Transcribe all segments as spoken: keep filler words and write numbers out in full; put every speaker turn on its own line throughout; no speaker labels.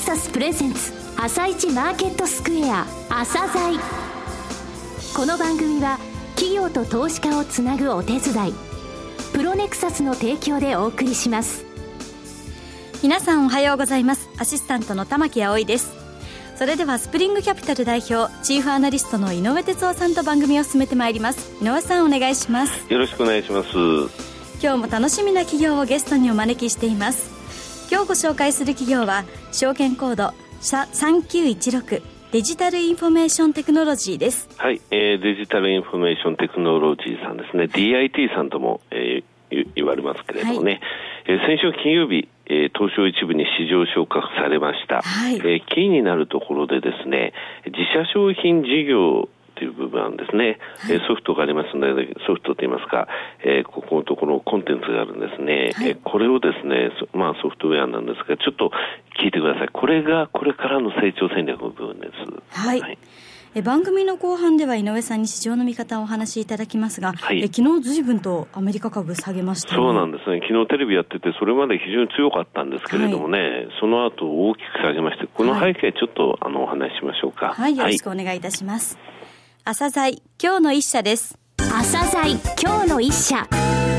サスプレゼンツ朝一マーケットスクエア朝鮮。この番組は企業と投資家をつなぐお手伝い、プロネクサスの提供でお送りします。
皆さんおはようございます。アシスタントの玉木葵です。それではスプリングキャピタル代表チーフアナリストの井上哲夫さんと番組を進めてまいります。井上さんお願いします。
よろしくお願いします。
今日も楽しみな企業をゲストにお招きしています。今日ご紹介する企業は証券コードさんきゅういちろくデジタルインフォメーションテクノロジーです。
はい、えー、デジタルインフォメーションテクノロジーさんですね。 ディーアイティー さんとも、えー、言われますけれどもね、はい、えー、先週金曜日、えー、東証一部に市場昇格されました、はい、えー、キーになるところでですね、自社商品事業という部分なんですね、はい、ソフトがありますので、ソフトといいますか、えー、ここのところコンテンツがあるんですね、はい、えー、これをですね、まあ、ソフトウェアなんですが、ちょっと聞いてください。これがこれからの成長戦略の部分です。
はい、はい、え番組の後半では井上さんに市場の見方をお話しいただきますが、はい、え昨日随分とアメリカ株下げましたね。
そうなんですね。昨日テレビやってて、それまで非常に強かったんですけれどもね、はい、その後大きく下げまして、この背景ちょっと、はい、あのお話ししましょうか。
はい、よろしくお願いいたします。はい、朝鮮今日の一社です。
朝鮮今日の一社。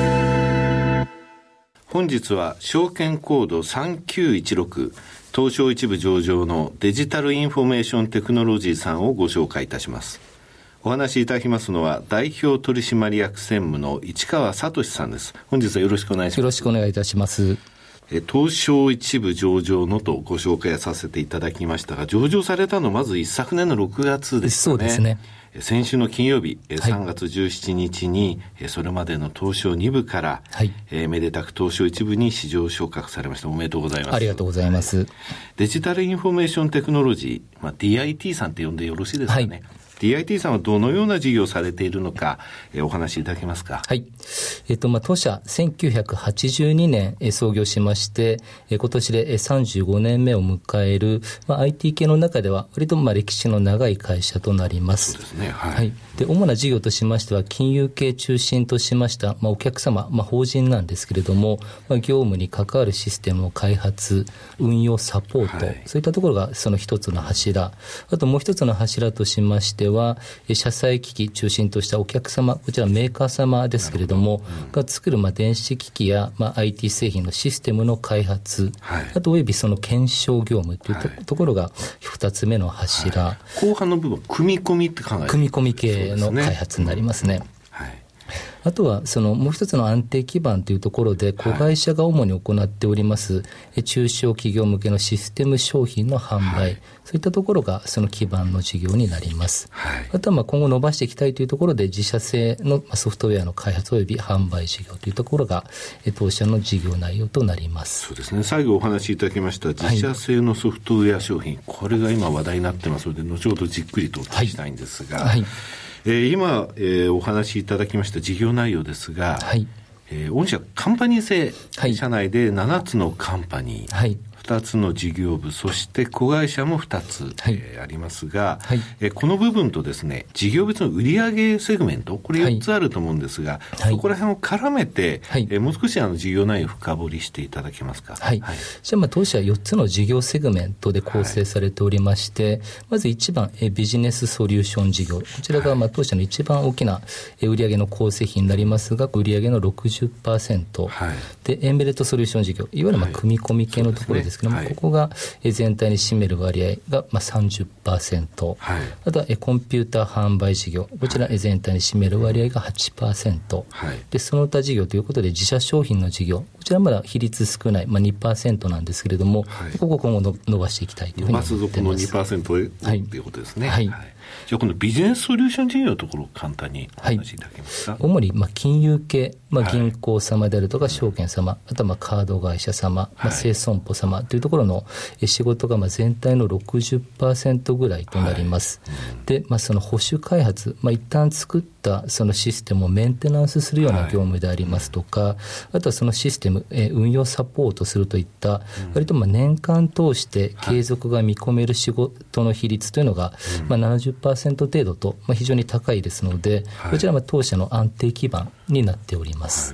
本日は証券コードさんきゅういちろく東証一部上場のデジタルインフォメーションテクノロジーさんをご紹介いたします。お話しいただきますのは代表取締役専務の市川聡さんです。本日はよろしくお願いします。
よろしくお願いいたします。
東証一部上場のとご紹介させていただきましたが、上場されたのまず一昨年のろくがつですね。
そうですね。
先週の金曜日、はい、さんがつじゅうしちにちにそれまでの東証に部から、はい、えー、めでたく東証一部に市場昇格されました。おめでとうございます。
ありがとうございます。
デジタルインフォメーションテクノロジー、まあ、ディーアイティー さんって呼んでよろしいですかね。はい、ディーアイティー さんはどのような事業をされているのか、えー、お話しいただけますか。
はい。えっと、まあ、当社せんきゅうひゃくはちじゅうにねん、えー、創業しまして、えー、今年で、えー、さんじゅうごねんめを迎える、まあ、アイティー 系の中では割とまあ歴史の長い会社となります。
そうですね。はい。
はい。で、主な事業としましては、金融系中心としました、まあ、お客様、まあ、法人なんですけれども、まあ、業務に関わるシステムの開発、運用サポート、はい、そういったところがその一つの柱。あともう一つの柱としましては、社載機器中心としたお客様、こちらメーカー様ですけれども、うん、が作るまあ電子機器やまあ アイティー 製品のシステムの開発、はい、あとおよびその検証業務という と,、はい、ところが二つ目の柱、はい、
後半の部分、組み込みって考える
組み込み系の開発になりますね。あとはそのもう一つの安定基盤というところで、子会社が主に行っております、はい、中小企業向けのシステム商品の販売、はい、そういったところがその基盤の事業になります。はい、あとはまあ今後伸ばしていきたいというところで、自社製のソフトウェアの開発および販売事業というところが当社の事業内容となります。
そうですね。最後お話しいただきました自社製のソフトウェア商品、はい、これが今話題になってますので、後ほどじっくりとお聞きしたいんですが、はいはい、えー、今、えー、お話しいただきました事業内容ですが、はい、えー、御社カンパニー制、はい、社内でななつのカンパニー、はい、ふたつの事業部、そして子会社もふたつ、はい、えー、ありますが、はい、えー、この部分とですね、事業別の売上セグメント、これよっつあると思うんですが、はい、そこら辺を絡めて、はい、えー、もう少しあの事業内容を深掘りしていただけますか。
はいはい、じゃあ、まあ当社はよっつの事業セグメントで構成されておりまして、はい、まずいちばん、えー、ビジネスソリューション事業、こちらがまあ当社の一番大きな、えー、売上の構成比になりますが、売上の ろくじゅっパーセント、はい、でエンベレットソリューション事業、いわゆるまあ組み込み系のところですけども、はい、ここが全体に占める割合がまあ さんじゅっパーセント、はい、あとはコンピューター販売事業、こちら全体に占める割合が はちパーセント、はい、でその他事業ということで自社商品の事業、こちらはまだ比率少ない、まあ、にパーセント なんですけれども、はい、ここ今後の伸ばしていきたいというふうに思っています。
まずこの にパーセント ということですね。はいはい、じゃあこのビジネスソリューション事業のところを簡単にお話しいただけますか。はい、
主にまあ金融系、まあ、銀行様であるとか証券様、はい、あとはまあカード会社様、まあ、生損保様というところの仕事がまあ全体の ろくじゅっパーセント ぐらいとなります。はい、うん、で、まあ、その保守開発、まあ、一旦作ったそのシステムをメンテナンスするような業務でありますとか、はい、あとはそのシステム、えー、運用サポートするといった割とまあ年間通して継続が見込める仕事の比率というのがまあ ななじゅっパーセント 程度とまあ非常に高いですので、はい、こちらは当社の安定基盤になっております。はい、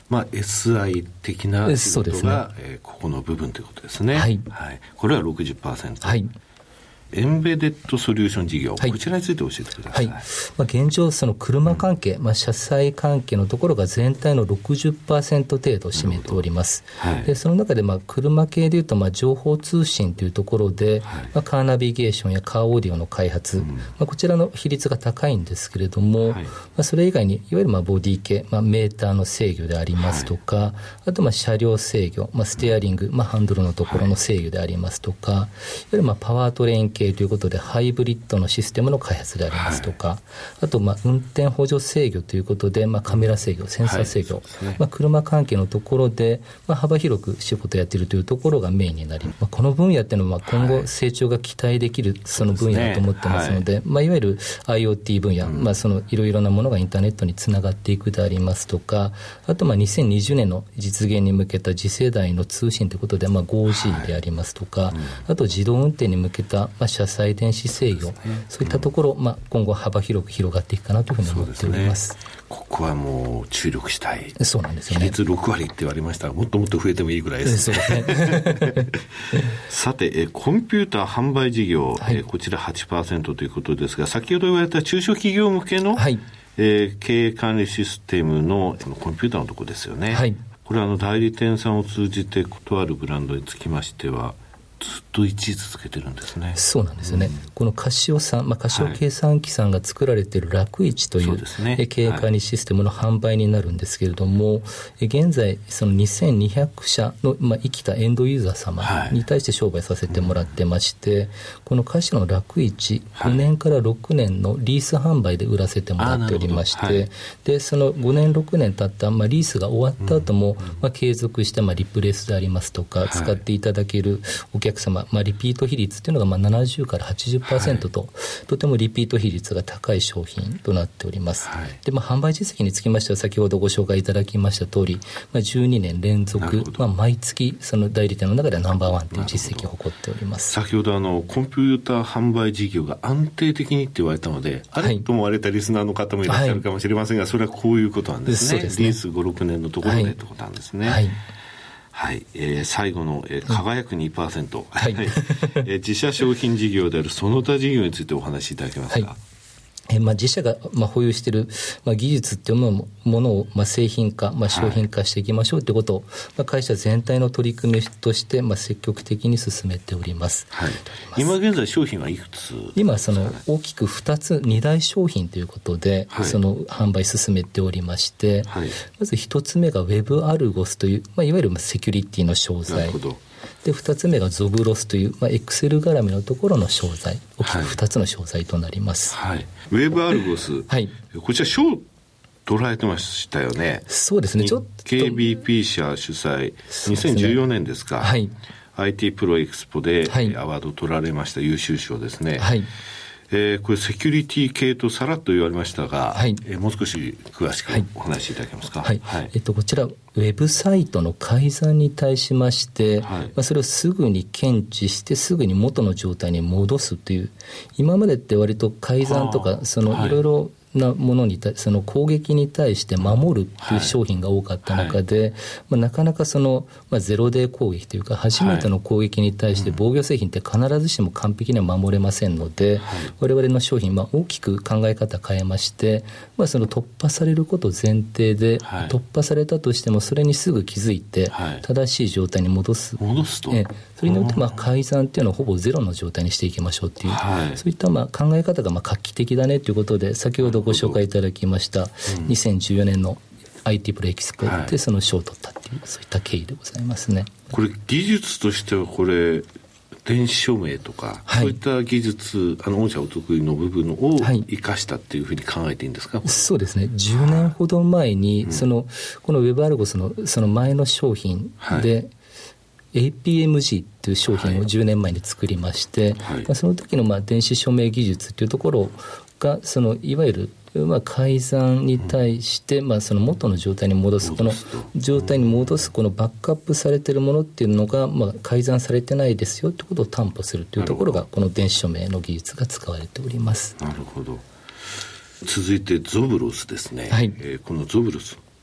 まあ、エスアイ 的な仕事が、ねえー、ここの部分ということですね。はい、はい、これは ろくじゅっパーセント。はい、エンベデッドソリューション事業、はい、こちらについて教えてください。はい、ま
あ、現状その車関係、うん、まあ、車載関係のところが全体の ろくじゅっパーセント 程度占めております。はい、でその中でまあ車系でいうとまあ情報通信というところで、はい、まあ、カーナビゲーションやカーオーディオの開発、うん、まあ、こちらの比率が高いんですけれども、はい、まあ、それ以外にいわゆるまあボディ系、まあ、メーターの制御でありますとか、はい、あとまあ車両制御、まあ、ステアリング、まあ、ハンドルのところの制御でありますとか、はい、いわゆるまあパワートレイン系ということでハイブリッドのシステムの開発でありますとか、はい、あとまあ運転補助制御ということで、まあ、カメラ制御、センサー制御、はい、ね、まあ、車関係のところで、まあ、幅広く仕事をやっているというところがメインになり、まあ、この分野っていうのは今後成長が期待できるその分野だと思ってますので、はい、まあ、いわゆる IoT 分野、うん、まあ、そのいろいろなものがインターネットにつながっていくでありますとか、あとまあにせんにじゅうねんの実現に向けた次世代の通信ということで、まあ、フォージー でありますとか、はい、うん、あと自動運転に向けた、まあ、車載電子制御、そういったところ、まあ、今後幅広く広がっていくかなというふうに思っております。
ここはもう注力したい。
そうなんですよね。
比率ろくわりって言われましたが、もっともっと増えてもいいぐらいですね。そうですね。さてえコンピューター販売事業、はい、えこちら はちパーセント ということですが、先ほど言われた中小企業向けの、はい、えー、経営管理システム の, のコンピューターのところですよね。はい、これはあの代理店さんを通じてとあるブランドにつきましてはずっといちい続けてるんですね。
そうなんですよね。うん、このカシオさん、まあ、カシオ計算機さんが作られている楽市という、はいね、経営管理システムの販売になるんですけれども、はい、現在そのにせんにひゃくしゃの、まあ、生きたエンドユーザー様に対して商売させてもらってまして、はい、このカシオの楽市ごねんからろくねんのリース販売で売らせてもらっておりまして、はい、でそのごねんろくねん経った、まあ、リースが終わった後も、うん、まあ、継続した、まあ、リプレースでありますとか、はい、使っていただけるお客お客様、まあ、リピート比率というのがまあななじゅうからはちじゅっパーセントと、はい、とてもリピート比率が高い商品となっております。はい、で、まあ、販売実績につきましては先ほどご紹介いただきました通り、まあ、じゅうにねん連続、まあ、毎月その代理店の中ではナンバーワンという実績を誇っております。
先ほどあのコンピューター販売事業が安定的にって言われたので、あれと思われたリスナーの方もいらっしゃるかもしれませんが、はい、それはこういうことなんですね。そうですね。リースご、ろくねんのところでってことなんですね。はい、はい、えー、最後の、えー、輝く にパーセント、はい、えー、自社商品事業であるその他事業についてお話しいただけますか。はい、
えーまあ、自社が、まあ、保有している、まあ、技術っていうものを、まあ、製品化、まあ、商品化していきましょうということを、はい、まあ、会社全体の取り組みとして、まあ、積極的に進めております。はい、
今現在商品はいくつ？
今その大きくふたつに大商品ということで、はい、その販売進めておりまして、はい、まずひとつめが Web アルゴスという、まあ、いわゆるセキュリティの商材。なるほど。でふたつめがゾブロスという、まあ、エクセル絡みのところの商材、大きくふたつの商材となります。
はいはい、ウェブアルゴス、はい、こちら賞取られてましたよね。
そうですね。ちょっと
ケービーピー 社主催、にせんじゅうよねんですか。はい、アイティー プロエクスポで、はい、アワードを取られました優秀賞ですね。はい、えー、これセキュリティ系とさらっと言われましたが、はい、えー、もう少し詳しくお話しいただけますか。
はいはいはい、えっと、こちらウェブサイトの改ざんに対しまして、はい、まあ、それをすぐに検知してすぐに元の状態に戻すという、今までって割と改ざんとかそのいろいろなものに対その攻撃に対して守るという商品が多かった中で、はいはい、まあ、なかなかその、まあ、ゼロデー攻撃というか初めての攻撃に対して防御製品って必ずしも完璧には守れませんので、はい、我々の商品、まあ、大きく考え方変えまして、まあ、その突破されること前提で、はい、突破されたとしてもそれにすぐ気づいて正しい状態に戻す、
戻すと、
えそれによってまあ改ざんっていうのをほぼゼロの状態にしていきましょうっていう、はい、そういったまあ考え方がまあ画期的だねということで先ほどご紹介いただきましたにせんじゅうよねんの アイティー プロエキスポでその賞を取ったっていう、そういった経緯でございますね。
これ技術としてはこれ電子署名とか、はい、そういった技術、あの御社お得意の部分を生かしたっていうふうに考えていいんですか。はい、そうですね。
じゅうねんほど前に、うん、そのこのウェブアルゴスのその前の商品で、はい、エーピーエムジー という商品をじゅうねんまえに作りまして、はい、まあ、その時のまあ電子署名技術というところがそのいわゆるまあ改ざんに対して、まあその元の状態に戻す、この状態に戻すこのバックアップされているものっていうのがまあ改ざんされてないですよということを担保するというところがこの電子署名の技術が使われております。
なるほど。続いてゾブロスですね。はい、えー、このゾブロス、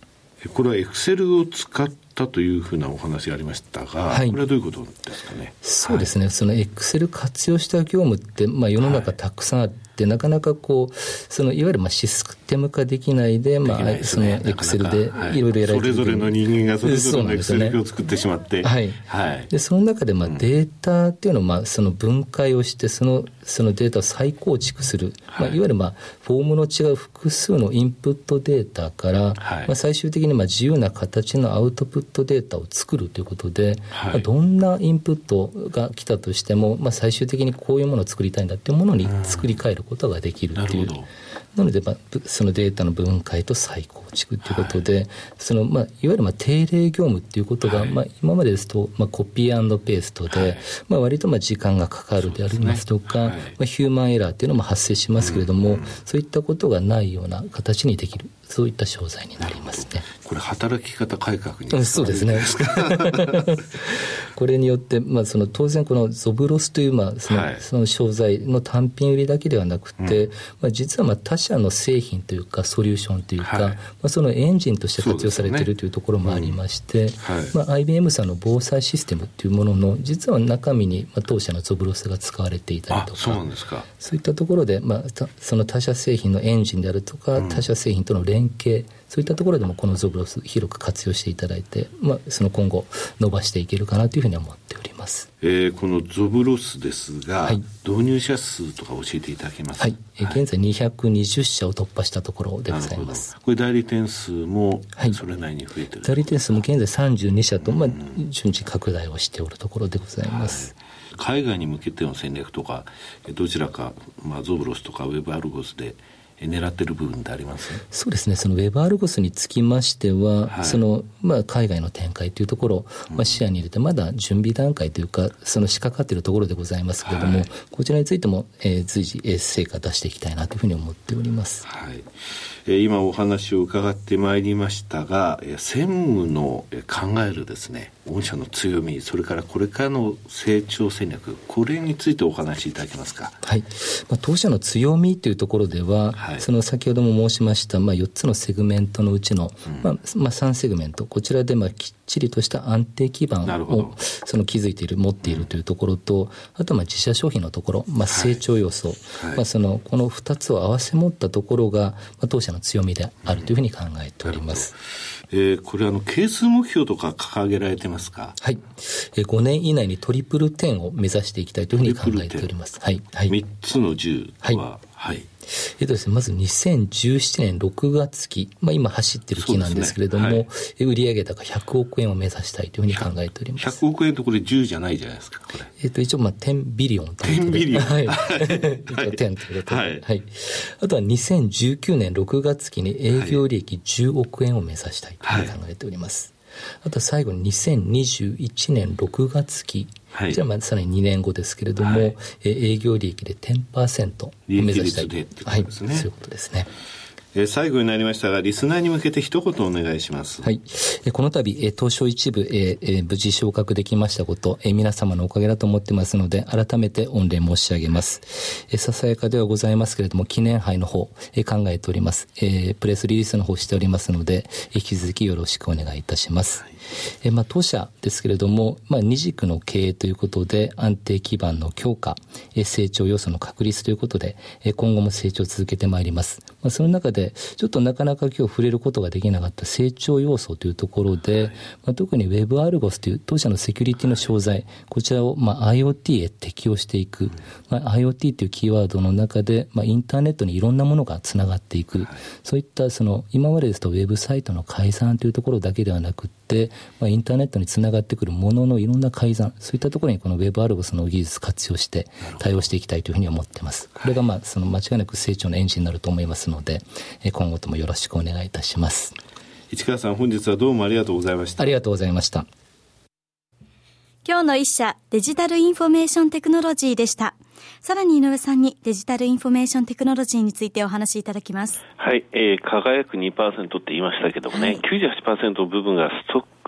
これはエクセルを使ったというふうなお話がありましたが、はい、これはどういうことですかね。
そうですね、はい、そのエクセル活用した業務って、まあ、世の中たくさんあって、はい、なかなかこうそのいわゆるまあシステム化できないで、まあ、ね、そのエクセルでいろいろやられている、はい、それぞれの人間がそれぞれのエクセルを作ってしまって、はいはい、でその中でまあデータっていうのをまあその分解をしてそのそのデータを再構築する、はい、まあ、いわゆるまあフォームの違う複数のインプットデータから、はい、まあ、最終的にまあ自由な形のアウトプットデータを作るということで、はい、まあ、どんなインプットが来たとしても、まあ、最終的にこういうものを作りたいんだというものに作り変えることができるという、なので、まあ、そのデータの分解と再構築ということで、はい、そのまあ、いわゆるまあ定例業務ということが、はい、まあ、今までですと、まあ、コピー&ペーストで、はい、まあ、割とまあ時間がかかるでありますとか、はい、まあ、ヒューマンエラーというのも発生しますけれども、うんうん、そういったことがないような形にできる、そういった商材になりますね。
これ働き方改革に、
そうですねこれによって、まあ、その当然このゾブロスという、まあ、その、はい、その商材の単品売りだけではなくて、うん、まあ、実はまあ他社の製品というかソリューションというか、はい、まあ、そのエンジンとして活用されているというところもありまして、うん、はい、まあ、アイビーエム さんの防災システムというものの実は中身に、まあ、当社のゾブロスが使われていたりとか、
そうなんですか。
そういったところで、まあ、その他社製品のエンジンであるとか、うん、他社製品との連携、そういったところでもこのゾブロス広く活用していただいて、まあ、その今後伸ばしていけるかなというふうに思っております。
えー、このゾブロスですが、はい、導入者数とか教えていただけますか。はい、
えー、現在にひゃくにじゅっしゃを突破したところでございます。
これ代理店数もそれなりに増えてる、はい、
代理店数も現在さんじゅうにしゃと、まあ、順次拡大をしておるところでございます。
はい、海外に向けての戦略とかどちらか、まあ、ゾブロスとかウェブアルゴスで狙っている部分であります、ね、
そうですね、そのウェブアルゴスにつきましては、はい、そのまあ、海外の展開というところを、まあ、視野に入れてまだ準備段階というかその仕掛かっているところでございますけれども、はい、こちらについても、えー、随時、えー、成果出していきたいなというふうに思っております。
はい、えー、今お話を伺ってまいりましたが、えー、専務の考えるですね御社の強み、それからこれからの成長戦略、これについてお話しいただけますか。
はい、まあ、当社の強みというところでは、はい、その先ほども申しました、まあ、よっつのセグメントのうちの、うん、まあまあ、さんセグメント、こちらでまあきっちりとした安定基盤をその築いている持っているというところと、うん、あとはまあ自社商品のところ、まあ、成長要素、はいはい、まあ、そのこのふたつを合わせ持ったところが、まあ、当社の強みであるというふうに考えております。
うん、えー、これあの係数目標とか掲げられてますか。
はい、えー、ごねん以内にトリプルテンを目指していきたいというふうに考えております。はいはい、
みっつのじゅうは、はいはい、
えっとですね、まずにせんじゅうななねんろくがつき、まあ、今走ってる期なんですけれども、ね、はい、売上高ひゃくおくえんを目指したいというふうに考えております。
ひゃくおくえんとこれじゅうじゃないじゃないですか。これ、
えっと、一応まあじゅうビリオンということで、じゅうビリオン、はい、一応じゅうということで、はいはい、あとはにせんじゅうきゅうねんろくがつきに営業利益じゅうおくえんを目指したいというふうに考えております。はい、あとは最後ににせんにじゅういちねんろくがつき、はい、じゃあまあさらににねんごですけれども、はい、え営業利益で じゅっパーセント を目指したいということですね。はい、そういうことですね。
えー、最後になりましたがリスナーに向けて一言お願いします。
はい、えー、この度、えー、東証一部、えーえー、無事昇格できましたこと、えー、皆様のおかげだと思ってますので改めて御礼申し上げます。えー、ささやかではございますけれども記念杯の方、えー、考えております。えー、プレスリリースの方しておりますので、えー、引き続きよろしくお願いいたします。はい、えーまあ、当社ですけれども、まあ、二軸の経営ということで安定基盤の強化、えー、成長要素の確立ということで、えー、今後も成長を続けてまいります。まあ、その中でちょっとなかなか今日触れることができなかった成長要素というところで、はい、まあ、特に Web アルゴスという当社のセキュリティの商材、こちらをまあ IoT へ適用していく、まあ、IoT というキーワードの中で、まあ、インターネットにいろんなものがつながっていく、はい、そういったその今までですとウェブサイトの改ざんというところだけではなくて、まあ、インターネットにつながってくるもののいろんな改ざん、そういったところにこの Web アルゴスの技術活用して対応していきたいというふうに思っています。これがまあその間違いなく成長のエンジンになると思いますので、今後ともよろしくお願いいたします。
市川さん、本日はどうもありがとうございました。
ありがとうございました。
今日の一社デジタルインフォメーションテクノロジーでした。さらに井上さんにデジタルインフォメーションテクノロジーについてお話しいただきます。
はい、えー、輝く にパーセント って言いましたけどもね、はい、きゅうじゅうはちパーセント の部分がストック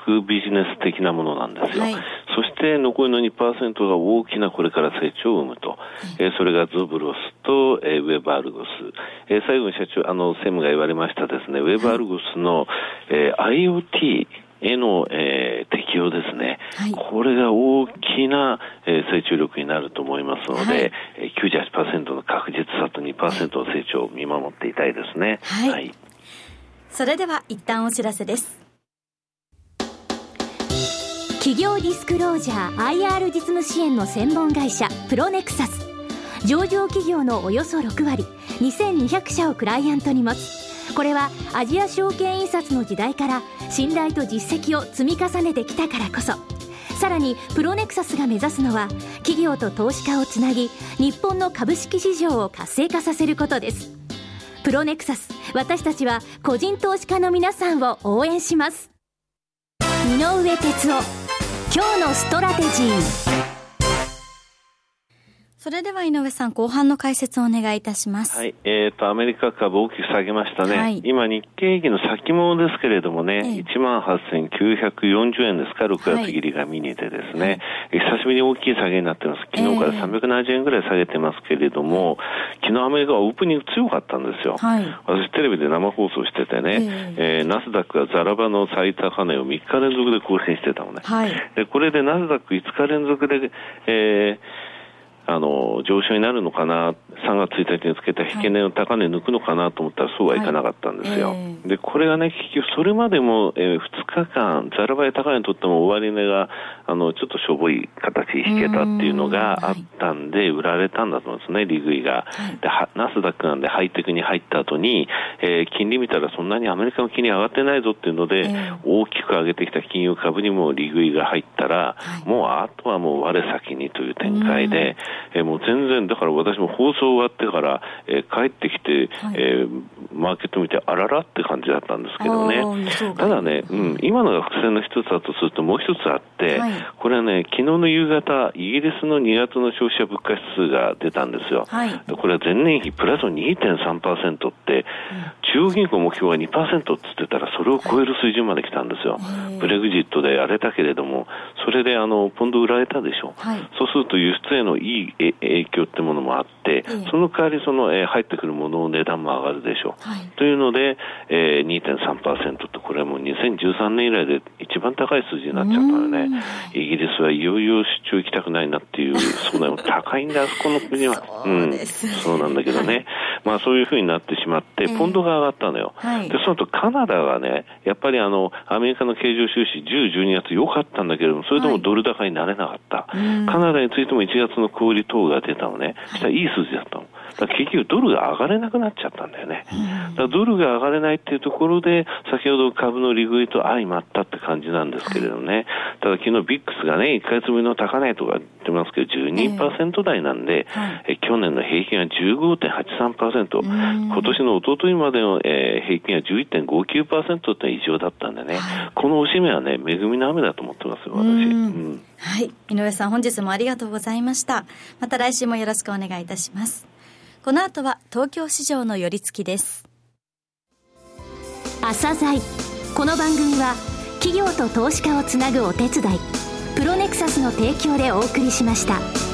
くビジネス的なものなんですよ、はい、そして残りの にパーセント が大きなこれから成長を生むと、はい、えー、それがゾブロスと、えー、ウェブアルゴス、えー、最後に社長あの専務が言われましたですね、ウェブアルゴスの、えー、IoTへの、えー、適用ですね、はい、これが大きな、えー、成長力になると思いますので、はい、えー、きゅうじゅうはちパーセント の確実さと にパーセント の成長を見守っていたいですね。
はい、はい、それでは一旦お知らせです。
企業ディスクロージャー アイアール 実務支援の専門会社プロネクサス、上場企業のおよそろくわりにせんにひゃくしゃをクライアントに持つ。これはアジア証券印刷の時代から信頼と実績を積み重ねてきたからこそ、さらにプロネクサスが目指すのは企業と投資家をつなぎ、日本の株式市場を活性化させることです。プロネクサス、私たちは個人投資家の皆さんを応援します。井上哲夫、今日のストラテジー。
それでは井上さん、後半の解説をお願いいたします。
はい、えーと、アメリカ株大きく下げましたね。はい、今、日経平均の先物ですけれどもね、ええ、いちまんはっせんきゅうひゃくよんじゅうえんですか、ろくがつ切りがミニでですね、はい、久しぶりに大きい下げになってます。昨日からさんびゃくななじゅうえんぐらい下げてますけれども、えー、昨日アメリカはオープニング強かったんですよ。はい、私テレビで生放送しててね、えーえー、ナスダックがザラバの最高値をみっか連続で更新してたのね。はい、でこれでナスダックいつか連続で、えーあの上昇になるのかな、さんがつついたちにつけた引け値の高値抜くのかなと思ったらそうはいかなかったんですよ。はい、えー、でこれがね、結局それまでも、えー、ふつかかんザラバや高値にとっても終値があのちょっとしょぼい形に引けたっていうのがあったんで売られたんだと思うんですね、利食いが。はい、でナスダックなんでハイテクに入った後に、えー、金利見たらそんなにアメリカの金利上がってないぞっていうので、えー、大きく上げてきた金融株にも利食いが入ったら、はい、もうあとはもう我先にという展開で、えー、もう全然だから私も放送終わってから、えー、帰ってきて、はい、えー、マーケット見てあららって感じだったんですけどね。ただね、うん、今のが伏線の一つだとするともう一つあって、はい、これはね、昨日の夕方イギリスのにがつの消費者物価指数が出たんですよ。はい、これは前年比プラス にてんさんパーセント って、うん、中央銀行目標が にパーセント って言ってたらそれを超える水準まで来たんですよ。はい、ブレグジットであれだけれどもそれであのポンド売られたでしょ。はい、そうすると輸出へのいい影響ってものもあって、えー、その代わりその、えー、入ってくるものの値段も上がるでしょう。はい、というので、えー、にてんさんパーセント ってこれはもうにせんじゅうさんねん以来で一番高い数字になっちゃったのね。イギリスはいよいよ出張行きたくないなっていうそうだよ高いんだあそこの国は。そうです、うん、そうなんだけどね、はい、まあそういう風になってしまってポンドが上がったのよ。えーはい、でその後カナダがねやっぱりあのアメリカの経常収支じゅう、じゅうにがつ良かったんだけれどもそれでもドル高になれなかった。はい、カナダについてもいちがつの小売等が出たのね。したらいい数字だったの。だから結局ドルが上がれなくなっちゃったんだよね。だからドルが上がれないっていうところで先ほど株の利食いと相まったって感じなんですけれどね。ただ昨日ビックスがねいっかげつぶりの高値とか言ってますけど じゅうにパーセント 台なんで、えー、去年の平均は じゅうごてんはちさんパーセント、今年の一昨日までの、えー、平均は じゅういってんごきゅうパーセント って異常だったんでね、この押し目はね恵みの雨だと思ってますよ私。うん、
はい、井上さん本日もありがとうございました。また来週もよろしくお願いいたします。この後は東京市場の寄り付きです。
朝鮮この番組は企業と投資家をつなぐお手伝いプロネクサスの提供でお送りしました。